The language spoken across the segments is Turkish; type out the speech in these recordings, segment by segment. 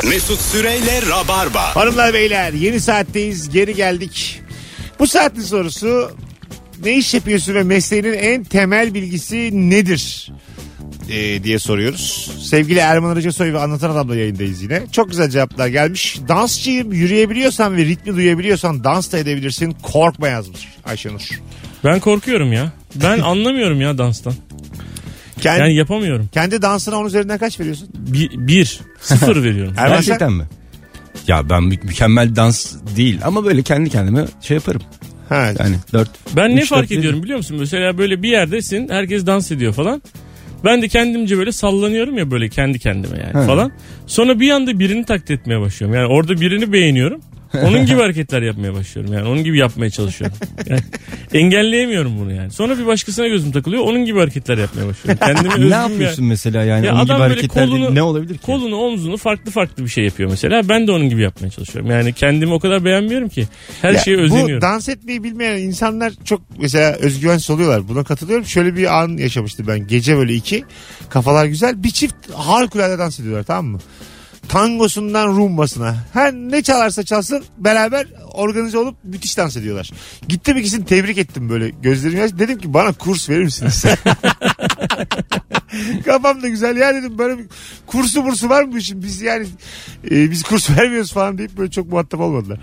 Mesut Süreyle Rabarba. Hanımlar beyler, yeni saatteyiz, geri geldik. Bu saatin sorusu: ne iş yapıyorsun ve mesleğinin en temel bilgisi nedir? Diye soruyoruz. Sevgili Erman Arıcasoy ve Anlatan Adam'la yayındayız yine. Çok güzel cevaplar gelmiş. Dansçıyım, yürüyebiliyorsan ve ritmi duyabiliyorsan dans da edebilirsin. Korkma yazmış Ayşenur. Ben korkuyorum ya. Ben anlamıyorum ya danstan. Yani yapamıyorum. Kendi dansına 10 üzerinden kaç veriyorsun? 0 veriyorum. Gerçekten mi? Ya ben mükemmel dans değil ama böyle kendi kendime şey yaparım. Ha. Yani 4. Ben ne fark ediyorum biliyor musun? Mesela böyle bir yerdesin, herkes dans ediyor falan. Ben de kendimce böyle sallanıyorum ya, böyle kendi kendime yani falan. Sonra bir anda birini taklit etmeye başlıyorum. Yani orada birini beğeniyorum. Onun gibi hareketler yapmaya başlıyorum. Yani onun gibi yapmaya çalışıyorum. Yani engelleyemiyorum bunu yani. Sonra bir başkasına gözüm takılıyor. Onun gibi hareketler yapmaya başlıyorum. Kendimi ne yapıyorsun mesela yani? Ya onun gibi hareketler kolunu, ne olabilir ki? Kolunu, omzunu farklı bir şey yapıyor mesela. Ben de onun gibi yapmaya çalışıyorum. Yani kendimi o kadar beğenmiyorum ki. Her şeye özeniyorum. Bu dans etmeyi bilmeyen insanlar çok mesela özgüvensiz oluyorlar. Buna katılıyorum. Şöyle bir an yaşamıştım ben. Gece böyle 2. Kafalar güzel. Bir çift harikulade dans ediyorlar, tamam mı? Tangosundan rumbasına. Her ne çalarsa çalsın beraber organize olup müthiş dans ediyorlar. Gittim, ikisini tebrik ettim böyle. Gözlerim yaş. Dedim ki bana kurs verir misiniz? Kafam da güzel ya, dedim böyle kursu var mı şimdi biz yani biz kurs vermiyoruz falan deyip böyle çok muhatap olmadılar.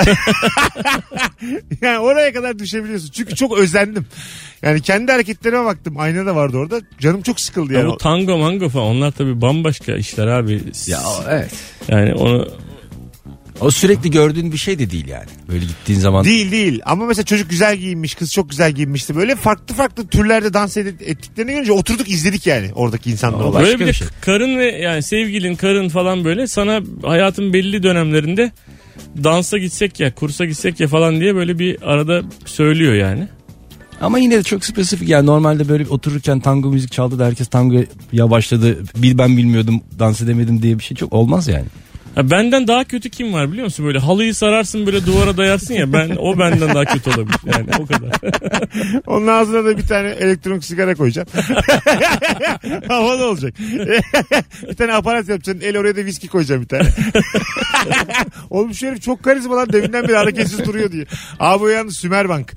Yani oraya kadar düşebiliyorsun. Çünkü çok özendim. Yani kendi hareketlerime baktım. Ayna da vardı orada. Canım çok sıkıldı yani. Ama tango mango falan, onlar tabii bambaşka işler abi. Ya evet. Yani o sürekli gördüğün bir şey de değil yani. Böyle gittiğin zaman. Değil. Ama mesela çocuk güzel giyinmiş, kız çok güzel giyinmişti. Böyle farklı türlerde dans ettiklerini görünce oturduk izledik yani oradaki insanlar. Böyle bir de karın ve yani sevgilin, karın falan böyle sana hayatın belli dönemlerinde dansa gitsek ya, kursa gitsek ya falan diye böyle bir arada söylüyor yani. Ama yine de çok spesifik yani, normalde böyle otururken tango müzik çaldı da herkes tangoya başladı. Ben bilmiyordum, dans edemedim diye bir şey çok olmaz yani. Ya benden daha kötü kim var biliyor musun? Böyle halıyı sararsın, böyle duvara dayarsın ya, o benden daha kötü olabilir yani, o kadar. Onun ağzına da bir tane elektronik sigara koyacaksın. Havalı olacak. Bir tane aparat yapacaksın, el oraya da viski koyacaksın bir tane. Oğlum şu herif çok karizma lan, deminden beri hareketsiz duruyor diye. Abi o yalnız Sümerbank.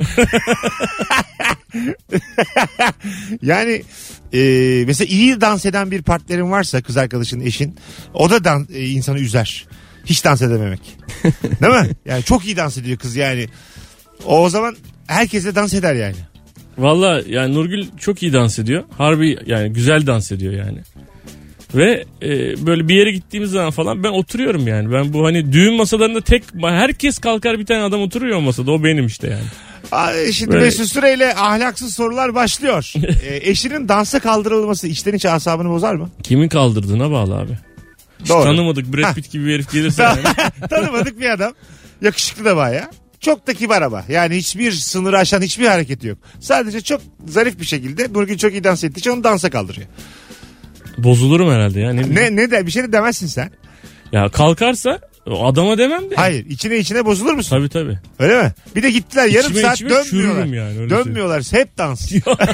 Yani mesela iyi dans eden bir partnerin varsa, kız arkadaşın, eşin, o da insanı üzer. Hiç dans edememek. Değil mi? Yani çok iyi dans ediyor kız yani. O zaman herkese dans eder yani. Valla yani Nurgül çok iyi dans ediyor. Harbi yani güzel dans ediyor yani. Ve böyle bir yere gittiğimiz zaman falan ben oturuyorum yani. Ben bu hani düğün masalarında herkes kalkar, bir tane adam oturuyor o masada. O benim işte yani. Şimdi böyle. Mesut Süreyle ahlaksız sorular başlıyor. Eşinin dansa kaldırılması içten içe asabını bozar mı? Kimin kaldırdığına bağlı abi. Doğru. Tanımadık Brad Pitt gibi bir herif gelirse yani. Tanımadık bir adam. Yakışıklı da baya. Çok da kibar ama. Yani hiçbir sınırı aşan hiçbir hareketi yok. Sadece çok zarif bir şekilde Nurgül çok iyi dans ettiği için onu dansa kaldırıyor. Bozulurum herhalde ya. Ne de bir şey de demezsin sen. Ya kalkarsa adama demem de. Hayır, içine bozulur musun? Tabii. Öyle mi? Bir de gittiler yarım İçime saat dönmüyorlar. Yani, dönmüyorlar. Hep dans.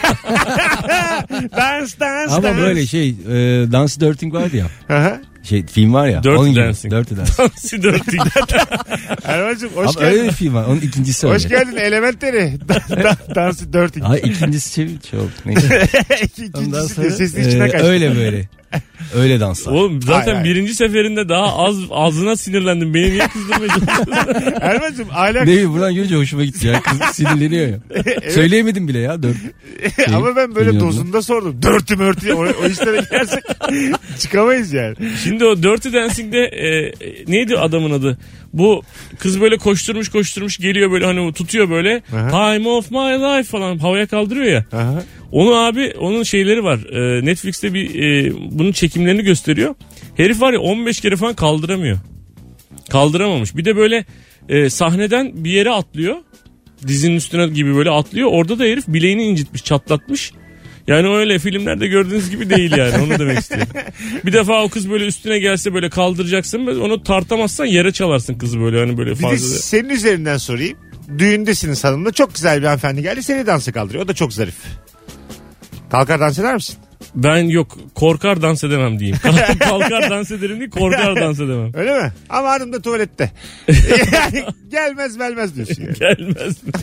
dans. Ama böyle Dance Dirty vardı ya. Aha. Film var ya. Dirty Dancing. Dirty Erman'cığım hoş geldin. geldin. Öyle bir film var. Onun ikincisi öyle. Hoş geldin Elementary. Dance Dirty. Ay, ikincisi çok. Neyse. İkincisi de sesli içine kaçtı. Öyle böyle. Öyle danslar. Oğlum zaten Hayır. birinci seferinde daha ağzına sinirlendim. Beni niye kızdırmaya çalışıyorsun? Erman'cığım ahlak. Ne bileyim, buradan görünce hoşuma gitti ya. Kız sinirleniyor ya. Evet. Söyleyemedim bile ya. Ama ben böyle dozunda sordum. Dirty mörtü. O işlere girersek çıkamayız yani. Şimdi o Dirty Dancing'de neydi adamın adı? Bu kız böyle koşturmuş geliyor böyle, hani tutuyor böyle. Aha. Time of my life falan havaya kaldırıyor ya. Aha. Onu abi, onun şeyleri var. Netflix'te bunun çekimlerini gösteriyor. Herif var ya 15 kere falan kaldıramıyor. Kaldıramamış. Bir de böyle sahneden bir yere atlıyor. Dizinin üstüne gibi böyle atlıyor. Orada da herif bileğini incitmiş, çatlatmış. Yani öyle filmlerde gördüğünüz gibi değil yani, onu demek istiyorum. Bir defa o kız böyle üstüne gelse böyle kaldıracaksın, onu tartamazsan yere çalarsın kızı böyle, hani böyle fazla. Bir de senin üzerinden sorayım. Düğündesiniz hanımla, çok güzel bir hanımefendi geldi, seni dansa kaldırıyor. O da çok zarif. Kalkar dans eder misin? Ben yok korkar dans edemem diyeyim. Kalkar dans ederim değil, korkar dans edemem. Öyle mi? Ama hanım da tuvalette. Yani gelmez diyorsun yani. Gelmez mi?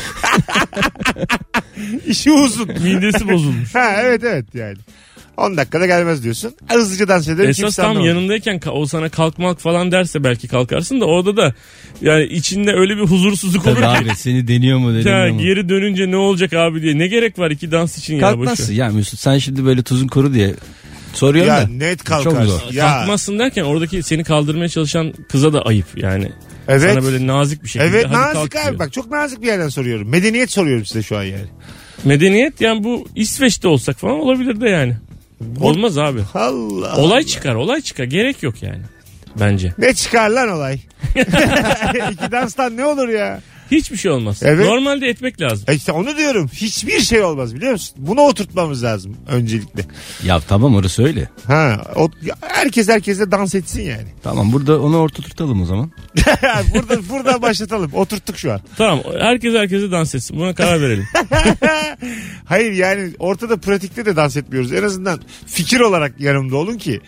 İşi uzun. Midesi bozulmuş. Ha evet yani. 10 dakikada gelmez diyorsun. Hızlıca dans ederim. Esas tam yanındayken o sana kalkmak falan derse belki kalkarsın da orada da yani içinde öyle bir huzursuzluk olur Tabii ki. abi seni deniyor mu Ya deniyor mu? geri dönünce ne olacak abi diye. Ne gerek var iki dans için ya? Kalkmazsın ya Mesut, sen şimdi böyle tuzun kuru diye soruyorsun Ya da. net Çok kalkarsın. zor. Ya. Kalkmazsın derken oradaki seni kaldırmaya çalışan kıza da ayıp yani. Evet. Sana böyle nazik bir şekilde. Evet hadi nazik kalk abi diyor. bak çok nazik bir yerden soruyorum. Medeniyet soruyorum size şu an yani. Medeniyet yani bu İsveç'te olsak falan olabilir de yani. Olmaz abi. Allah Olay Allah. çıkar. Gerek yok yani. Bence. Ne çıkar lan olay? İki danstan ne olur ya? Hiçbir şey olmaz. Evet. Normalde etmek lazım. İşte onu diyorum. Hiçbir şey olmaz biliyor musun? Bunu oturtmamız lazım öncelikle. Ya tamam orası öyle. Ha, herkes herkesle dans etsin yani. Tamam burada onu oturtalım o zaman. Burada başlatalım. Oturttuk şu an. Tamam. Herkese dans etsin. Buna karar verelim. Hayır yani ortada pratikte de dans etmiyoruz. En azından fikir olarak yanımda olun ki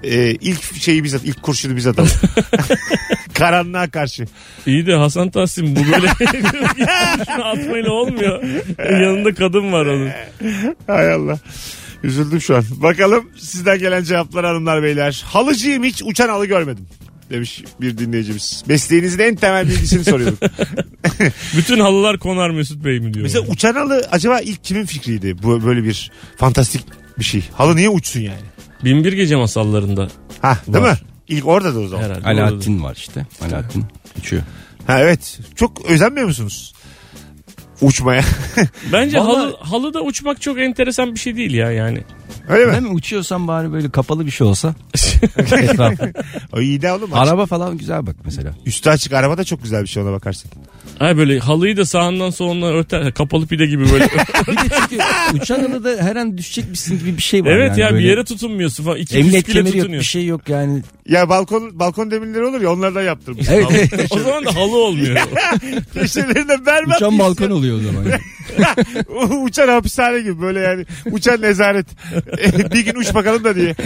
ilk kurşunu biz atalım. Karanlığa karşı. İyi de Hasan Tahsin bu böyle şunu atmayla olmuyor. Yanında kadın var onun. Hay Allah. Üzüldüm şu an. Bakalım sizden gelen cevaplar hanımlar beyler. Halıcıyım, hiç uçan halı görmedim demiş bir dinleyicimiz. Mesleğinizin en temel bilgisini soruyorum. Bütün halılar konar Mesut Bey mi diyor. Mesela uçan halı acaba ilk kimin fikriydi? Bu böyle bir fantastik bir şey. Halı niye uçsun yani? Binbir Gece masallarında. Ha, değil Var. mi? İlk orada da o zaman. Herhalde. Alaaddin var işte. Alaaddin uçuyor. Ha evet. Çok özenmiyor musunuz? Uçmaya. Bence Vallahi- halıda uçmak çok enteresan bir şey değil ya yani. Öyle mi? Değil mi? Uçuyorsan bari böyle kapalı bir şey olsa. Etrafı. O iyi de oğlum. Araba falan güzel bak mesela. Üstü açık araba da çok güzel bir şey ona bakarsın. Ay böyle halıyı da sağından solundan örter. Kapalı pide gibi böyle. Bir de çünkü uçan adada her an düşecekmişsin gibi bir şey var. Evet yani ya böyle. bir yere tutunmuyorsun falan. İki Emniyet püsküle kemeri yok, bir tutunuyorsun. şey yok yani. Ya balkon demirleri olur ya onlardan yaptırmış. Evet, evet. O zaman da halı olmuyor. Köşelerinde berbat. Uçan bir balkon oluyor o zaman. Uçan hapishane gibi böyle yani. Uçan nezaret. Bir gün uç bakalım da diye.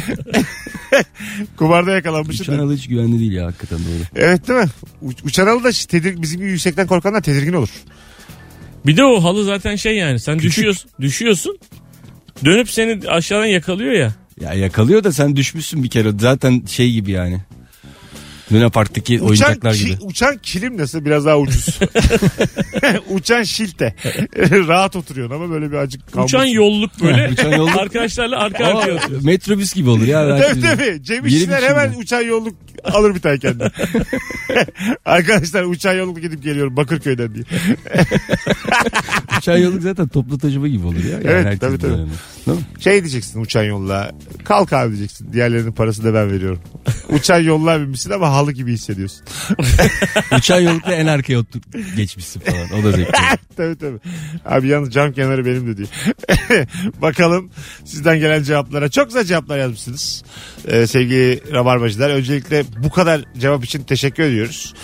Kumarda yakalanmışsın. Uçan alı hiç güvenli değil ya hakikaten doğru. Evet değil mi? Uçan halı da bizim gibi yüksekten korkanlar tedirgin olur. Bir de o halı zaten şey yani. Sen düşüyorsun. Dönüp seni aşağıdan yakalıyor ya. Ya yakalıyor da sen düşmüşsün bir kere. Zaten şey gibi yani. Luna Park'taki oyuncaklar gibi. Uçan kilim nasıl? Biraz daha ucuz. Uçan şilte. Rahat oturuyorsun ama böyle bir acık kalmışsın. Uçan yolluk böyle. Uçan yolluk. Arkadaşlarla arka arkaya oturuyorsun. Metrobüs gibi olur ya. Tabii tabii. Cem İşçiler biçim hemen ya. uçan yolluk alır bir tane kendine. Arkadaşlar uçan yolluk gidip geliyorum Bakırköy'den diye. Uçan yolluk zaten toplu taşıma gibi olur ya. Yani Evet, herkes tabii, tabii. böyle. Değil mi? Şey diyeceksin uçan yolla. Kalk abi diyeceksin. Diğerlerinin parasını da ben veriyorum. Uçan yolluğa binmişsin ama halı gibi hissediyorsun. Uçan yollukta en arkaya geçmişsin falan. O da zevkli. Tabii tabii. Abi yalnız cam kenarı benim de diye. Bakalım sizden gelen cevaplara. Çok güzel cevaplar yazmışsınız. Sevgili Rabarbacılar. Öncelikle bu kadar cevap için teşekkür ediyoruz.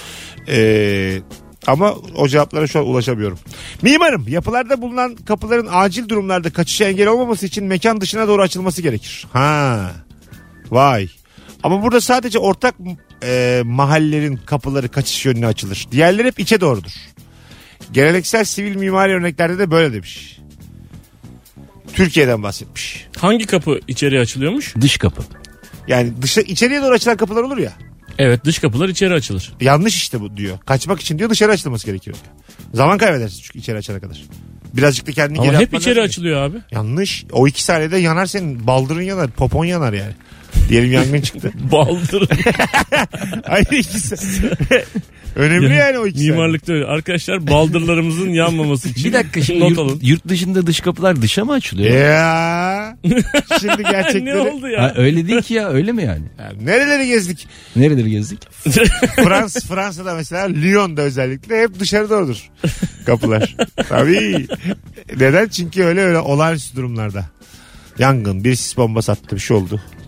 Ama o cevaplara şu an ulaşamıyorum. Mimarım, yapılarda bulunan kapıların acil durumlarda kaçışa engel olmaması için mekan dışına doğru açılması gerekir. Ha. Vay. Ama burada sadece ortak mahallenin kapıları kaçış yönüne açılır. Diğerleri hep içe doğrudur. Geleneksel sivil mimari örneklerde de böyle demiş. Türkiye'den bahsetmiş. Hangi kapı içeriye açılıyormuş? Dış kapı. Yani içeriye doğru açılan kapılar olur ya. Evet, dış kapılar içeri açılır. Yanlış işte bu diyor. Kaçmak için diyor dışarı açılması gerekiyor. Zaman kaybedersin çünkü içeri açana kadar. Birazcık da kendini Ama geri hep atman içeri lazım. açılıyor abi. Yanlış. O 2 saniyede yanar senin. Baldırın yanar. Popon yanar yani. Diyelim yangın çıktı. Baldır. Aynı 2 Önemli yani o 2 saniye. Mimarlıkta öyle. Arkadaşlar baldırlarımızın yanmaması için Bir dakika şimdi not alın. yurt dışında dış kapılar dışa mı açılıyor? Ya. Şimdi Ne gerçekleri. oldu ya? Ha, öyle değil ki ya öyle mi yani? Ya nereleri gezdik? Nereleri gezdik? Fransa'da mesela Lyon'da özellikle hep dışarı doğrudur kapılar. Tabii. Neden? Çünkü öyle olağanüstü durumlarda. Yangın, bir sis bombası attı, bir şey oldu.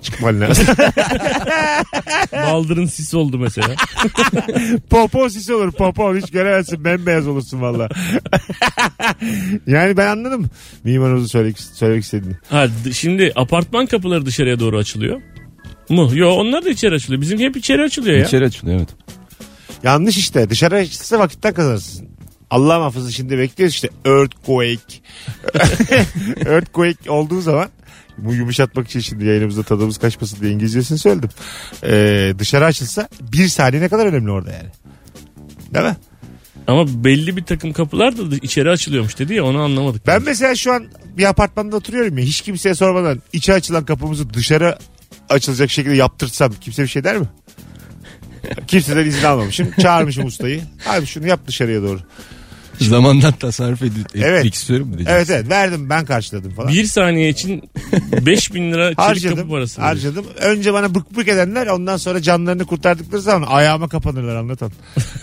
çıkman lazım. Baldırın sisi oldu mesela. Popo sis olur. Popo hiç göremezsin. Bembeyaz olursun valla. Yani ben anladım. Mimarımızın söylemek istediğini. Ha, şimdi apartman kapıları dışarıya doğru açılıyor mu? Yo, onlar da içeri açılıyor. Bizim hep içeri açılıyor ya. İçeri açılıyor evet. Yanlış işte. Dışarı açılsa vakitten kazanırsın. Allah muhafaza şimdi bekliyoruz işte. Earthquake. Earthquake olduğu zaman bu yumuşatmak için şimdi yayınımızda tadımız kaçmasın diye İngilizcesini söyledim. Dışarı açılsa 1 saniye ne kadar önemli orada yani. Değil mi? Ama belli bir takım kapılar da içeri açılıyormuş dedi ya, onu anlamadık. Ben mesela şu an bir apartmanda oturuyorum ya, hiç kimseye sormadan içe açılan kapımızı dışarı açılacak şekilde yaptırsam kimse bir şey der mi? Kimseden izin almamışım. Çağırmışım ustayı. Abi şunu yap dışarıya doğru. Zamandan tasarruf etmek Evet. istiyorum mu diyeceksin? Evet verdim, ben karşıladım falan. 1 saniye için 5.000 lira çelik kapı parası. Harcadım. Önce bana bık bık edenler, ondan sonra canlarını kurtardıkları zaman ayağıma kapanırlar, anlatan.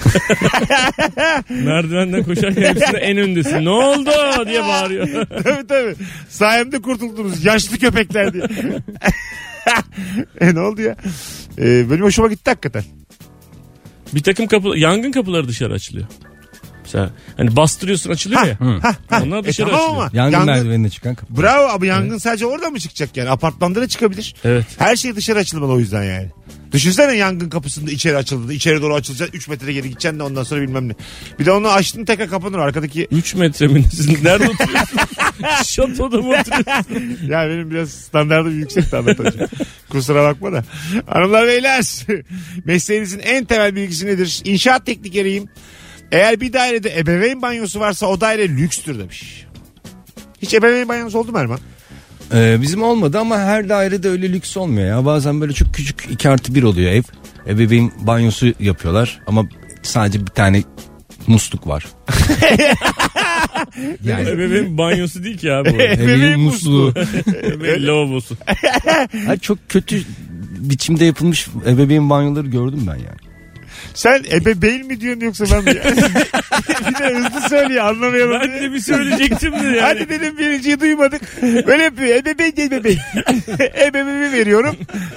Merdivenden koşarken hepsinde en öndesin. Ne oldu diye bağırıyor. Tabii. Sayemde kurtuldunuz yaşlı köpekler diye. Ne oldu ya? Benim hoşuma gitti hakikaten. Bir takım yangın kapıları dışarı açılıyor. Mesela hani bastırıyorsun, açılıyor ya. Onlar dışarı tamam açılıyor. ama Yangın merdivenine çıkan kapı. Bravo abi, yangın sadece orada mı çıkacak yani? Apartmanda da çıkabilir. Evet. Her şey dışarı açılmalı o yüzden yani. Düşünsene yangın kapısında içeri açıldı. İçeri doğru açılacak. 3 metre geri gideceksin de ondan sonra bilmem ne. Bir de onu açtın tekrar kapanır arkadaki. 3 metre mi? Siz nerede oturuyorsunuz? Şatoda mı oturuyorsunuz? Ya benim biraz standartım yüksek de anlatacağım. Kusura bakma da. Hanımlar beyler, mesleğinizin en temel bilgisi nedir? İnşaat teknikeriyim. Eğer bir dairede ebeveyn banyosu varsa o daire lükstür demiş. Hiç ebeveyn banyosu oldu mu Erman? Bizim olmadı ama her dairede öyle lüks olmuyor ya. Bazen böyle çok küçük 2+1 oluyor ev. Ebeveyn banyosu yapıyorlar ama sadece bir tane musluk var. Yani ebeveyn banyosu değil ki abi. Ebeveyn musluğu. Ebeveyn lavabosu. Hayır, çok kötü biçimde yapılmış ebeveyn banyoları gördüm ben yani. Sen ebeveyn mi diyorsun yoksa ben mi? Bir de hızlı söylüyor, anlamayalım. Ben de bir söyleyecektim de yani. Hadi dedim, birinciyi duymadık. Böyle yapıyor. Ebeveyn. Ebeveyn'i veriyorum.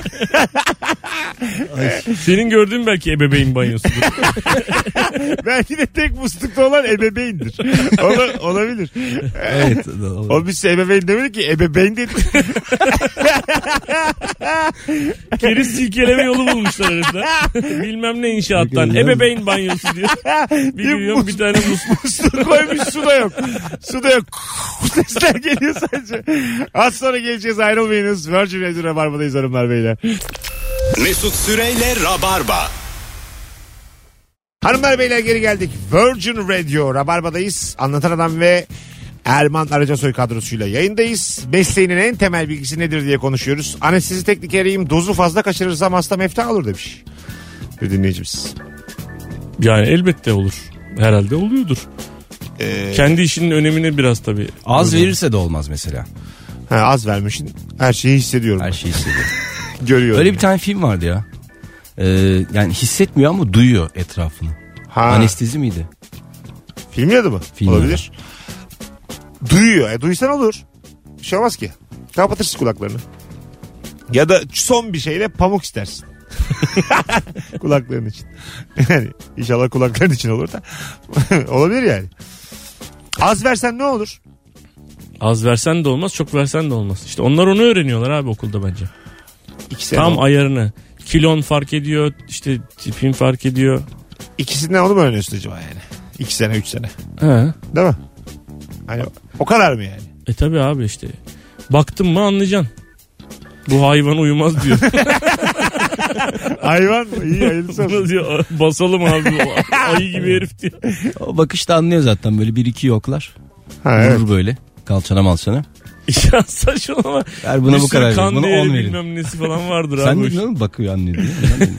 Senin gördüğün belki ebeveyn banyosudur. Belki de tek muslukta olan ebeveyndir. Olabilir. Evet. O biz ebeveyn demedik ki, ebeveyn dedik. Keriz silkeleme yolu bulmuşlar herifler. Bilmem ne inşaattan. Ebeveyn banyosu diyor. Bir giriyorum, bir tane musluk koymuş, su da yok. Su da yok. Sesler geliyor sadece. Az sonra geleceğiz, ayrılmayınız. Virgin Radio Rabarba'dayız hanımlar beyler. Mesut Süreyle Rabarba. Hanımlar beyler, geri geldik. Virgin Radio Rabarba'dayız. Anlatan Adam ve Erman Aracasoy kadrosuyla yayındayız. Mesleğinin en temel bilgisi nedir diye konuşuyoruz. Anestezi teknikeriyim, dozu fazla kaçırırsam hasta mefta olur demiş bir dinleyicimiz. Yani elbette olur. Herhalde oluyordur. Kendi işinin önemini biraz tabii. Az verirse de olmaz mesela. Az vermişsin, her şeyi hissediyorum. Her şeyi hissediyor. Görüyorum. Öyle bir tane film vardı ya. Yani hissetmiyor ama duyuyor etrafını. Anestezi miydi? Filmin adı mı? Film olabilir. Duyuyor. Duysan olur. Bir şey olmaz ki. Kapatırsın kulaklarını. Ya da son bir şeyle pamuk istersin. Kulakların için. Yani inşallah kulakların için olur da. Olabilir yani. Az versen ne olur? Az versen de olmaz, çok versen de olmaz. İşte onlar onu öğreniyorlar abi okulda bence. 2 sene Tam oldu. ayarını. Kilon fark ediyor, işte tipin fark ediyor. İkisinden onu mu öğreniyorsun acaba yani? 2 sene 3 sene. He. Değil mi? Hani o kadar mı yani? Tabi abi işte. Baktın mı anlayacaksın. Bu hayvan uyumaz diyor. Hayvan mı? İyi, hayırlısı olsun. Buna diyor basalım abi. Ayı gibi herif diyor. O bakışta anlıyor zaten, böyle 1-2 yoklar. Ha, evet. Vurur böyle kalçana malçana. Ya saçmalama. Ver buna Bir bu sürü kadar. kan Buna 10 değeri verin. bilmem nesi falan vardır Sen abi. de biliyor musun? Bakıyor anlıyor diyor.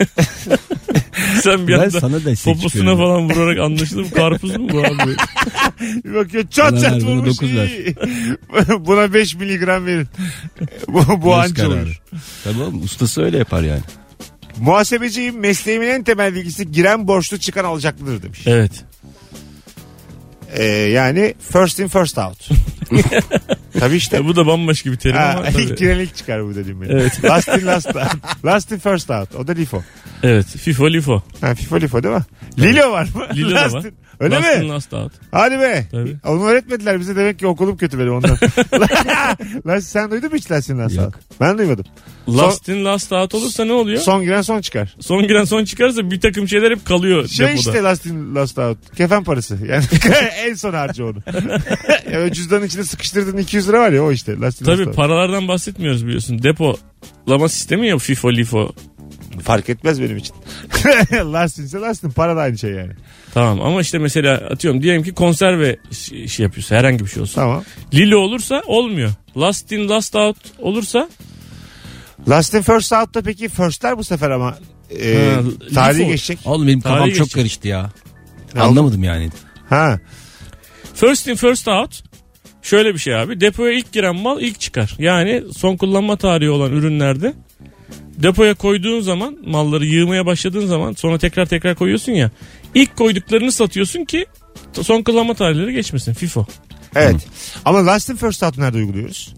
Sen bir Ben anda sana destek poposuna çıkıyorum. falan vurarak anlaşılır mı? Karpuz mu bu abi? Bir bakıyor çat Buna çat ver, buna vurmuş. 9 ver. iyi. Buna 5 miligram verin. bu Göz anca kararı. olur. Tabii oğlum, ustası öyle yapar yani. Muhasebeciyim, mesleğimin en temel bilgisi giren borçlu çıkan alacaklıdır demiş. Evet. Yani first in first out. Tabii işte. Bu da bambaşka bir terim ama tabii. İlk giren ilk çıkar bu dediğim benim. Evet. Last in last out. Last in first out. O da LIFO. Evet. FIFO LIFO. Ha, FIFO LIFO değil mi? Lilo var mı? Lilo da Last var. in- Öyle Last mi? in last out. Hadi be. Tabii. Onu öğretmediler bize, demek ki okulum kötü benim ondan. Sen duydun mu hiç Last in last Yok. out? Ben duymadım. Last in last out olursa ne oluyor? Son giren son çıkar. Son giren son çıkarsa bir takım şeyler hep kalıyor Şey depoda. işte last in last out. Kefen parası. Yani en son harcı onu. Yani cüzdanın içine sıkıştırdığın 200 lira var ya, o işte. Last in Tabii last out. paralardan bahsetmiyoruz biliyorsun. Depolama sistemi ya FIFO LIFO. Fark etmez benim için. Last inse last in. Para da aynı şey yani. Tamam ama işte mesela atıyorum diyelim ki konserve şey yapıyorsa herhangi bir şey olsun. Tamam. Lilo olursa olmuyor. Last in last out olursa Last in first out'ta peki first'ler bu sefer ama tarihi LIFO. geçecek. Oğlum benim kafam Tarihi çok geçecek. karıştı ya. Ne oldu? Anlamadım yani. Ha. first in first out şöyle bir şey abi. Depoya ilk giren mal ilk çıkar. Yani son kullanma tarihi olan ürünlerde depoya koyduğun zaman, malları yığmaya başladığın zaman, sonra tekrar koyuyorsun ya. İlk koyduklarını satıyorsun ki son kullanma tarihleri geçmesin. FIFO. Evet. Ama last in first out nerede uyguluyoruz?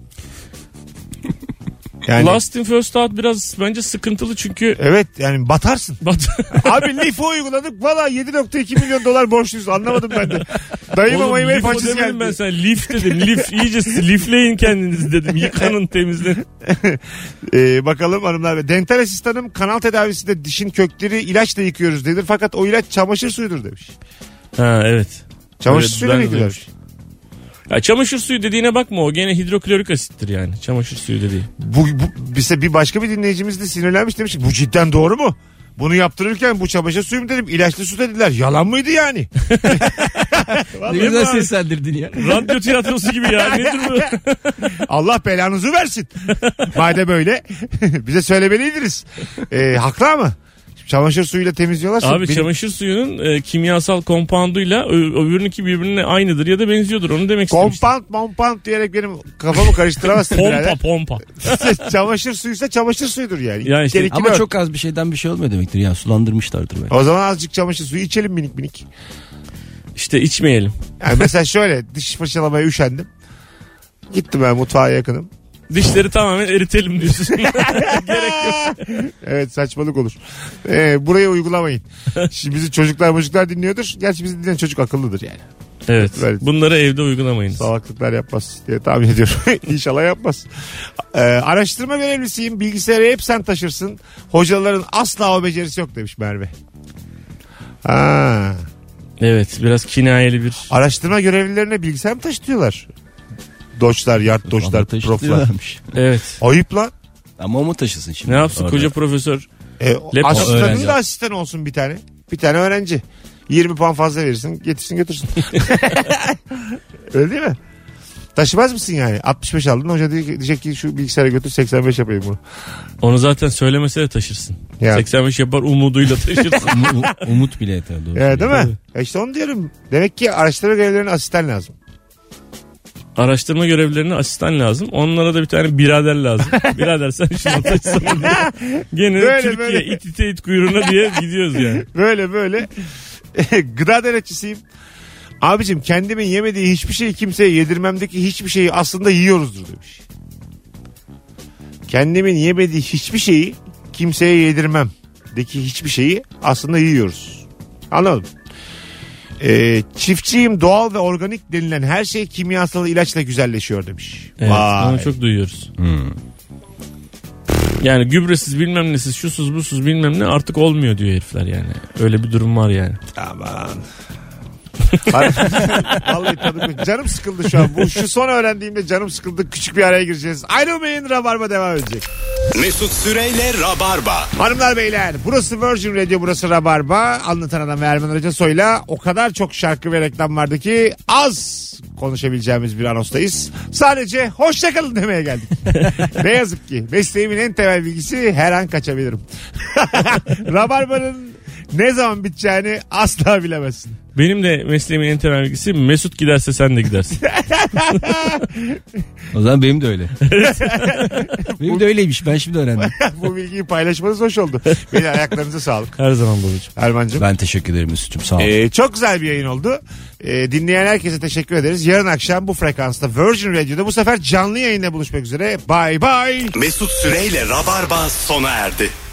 Yani Last in first out biraz bence sıkıntılı çünkü evet, yani batarsın. Abi LIFO uyguladık. Valla 7.2 milyon dolar borçluyuz. Anlamadım ben de. Dayıma Oğlum, maymayı LIFO façası demedim ben geldi. sana. Lif dedim. Lif iyice lifleyin kendinizi dedim. Yıkanın, temizleyin. Bakalım hanımlar ve dental asistanım kanal tedavisinde dişin kökleri ilaçla yıkıyoruz dedi. Fakat o ilaç çamaşır suyudur demiş. Ha evet. Çamaşır Evet, suyuyla ben mı de yıkıyorlar? Ya çamaşır suyu dediğine bakma, o gene hidroklorik asittir yani. Çamaşır suyu dediği. Bu bize bir başka bir dinleyicimiz de sinirlenmiş, demiş ki bu cidden doğru mu? Bunu yaptırırken bu çamaşır suyu mu dedim, ilaçlı su dediler. Yalan mıydı yani? Ne güzel seslendirdin ya. Radyo tiyatrosu gibi ya. Nedir bu? Allah belanızı versin. Madem böyle bize söylemeliydiniz. Haklı ama. Çamaşır suyuyla temizliyorlarsa. Abi çamaşır suyunun kimyasal kompounduyla öbürününki birbirine aynıdır ya da benziyordur. Onu demek istemiştim. Compound diyerek benim kafamı karıştıramazsın. Pompa. Çamaşır suyuysa çamaşır suyudur yani. Yani işte, Gerekli Ama bir- çok az bir şeyden bir şey olmuyor demektir ya. Sulandırmışlardır belki. O zaman azıcık çamaşır suyu içelim minik minik. İşte içmeyelim. Yani mesela şöyle diş fırçalamaya üşendim. Gittim ben mutfağa yakınım. Dişleri tamamen eritelim diyorsun. Gerek yok. Evet, saçmalık olur. Burayı uygulamayın. Şimdi bizi çocuklar dinliyordur. Gerçi bizi dinleyen çocuk akıllıdır yani. Evet. Evet. Bunları evde uygulamayınız. Salaklıklar yapmaz diye tahmin ediyorum. İnşallah yapmaz. Araştırma görevlisiyim. Bilgisayarı hep sen taşırsın. Hocaların asla o becerisi yok demiş Merve. Ha. Evet, biraz kinayeli bir. Araştırma görevlilerine bilgisayar mı taşıtıyorlar? Doçlar, yard doçlar, proflar. Taşıtıyorlarmış. Evet. Ayıp lan. Ama o mu taşısın şimdi? Ne yapsın Orada. koca profesör? Laptop Asistanın öğrenci. da asistan olsun bir tane. Bir tane öğrenci. 20 puan fazla verirsin. Getirsin götürsün. Öyle değil mi? Taşımaz mısın yani? 65 aldın. Hoca diyecek ki şu bilgisayara götür 85 yapayım bunu. Onu zaten söylemese de taşırsın. Ya. 85 yapar umuduyla taşırsın. Umut bile yeter. Doğru. Evet, değil mi? İşte onu diyorum. Demek ki araştırma görevlilerine asistan lazım. Araştırma görevlilerine asistan lazım. Onlara da bir tane birader lazım. Birader sen şunu taşısana diye. Gene Böyle, Türkiye böyle. it ite it kuyruğuna diye gidiyoruz yani. Böyle. Gıda denetçisiyim. Abicim kendimin yemediği hiçbir şeyi kimseye yedirmemdeki hiçbir şeyi aslında yiyoruzdur demiş. Kendimin yemediği hiçbir şeyi kimseye yedirmemdeki hiçbir şeyi aslında yiyoruz. Anladın mı? Çiftçiyim, doğal ve organik denilen her şey kimyasal ilaçla güzelleşiyor demiş. Evet, Vay. onu çok duyuyoruz. Yani gübresiz bilmem nesiz şusuz busuz bilmem ne artık olmuyor diyor herifler yani. Öyle bir durum var yani. Aman. Vallahi tadım. Canım sıkıldı şu an. Şu son öğrendiğimde canım sıkıldı. Küçük bir araya gireceğiz. Ayrılmayın, Rabarba devam edecek. Mesut Süreyle Rabarba. Hanımlar beyler, burası Virgin Radio, burası Rabarba. Anlatan adam Erman Arıca Soy'la o kadar çok şarkı ve reklam vardı ki az konuşabileceğimiz bir anonstayız. Sadece hoşçakalın demeye geldik. Ne yazık ki mesleğimin en temel bilgisi her an kaçabilirim. Rabarba'nın ne zaman biteceğini asla bilemezsin. Benim de mesleğimin en temel bilgisi Mesut giderse sen de gidersin. O zaman benim de öyle. Benim de öyleymiş. Ben şimdi öğrendim. Bu bilgiyi paylaşmanız hoş oldu. Beni ayaklarınıza sağlık. Her zaman babacığım. Erman'cığım. Ben teşekkür ederim Mesut'cum. Sağ ol. Çok güzel bir yayın oldu. Dinleyen herkese teşekkür ederiz. Yarın akşam bu frekansta Virgin Radio'da bu sefer canlı yayında buluşmak üzere. Bye bye. Mesut Süreyle Rabarba sona erdi.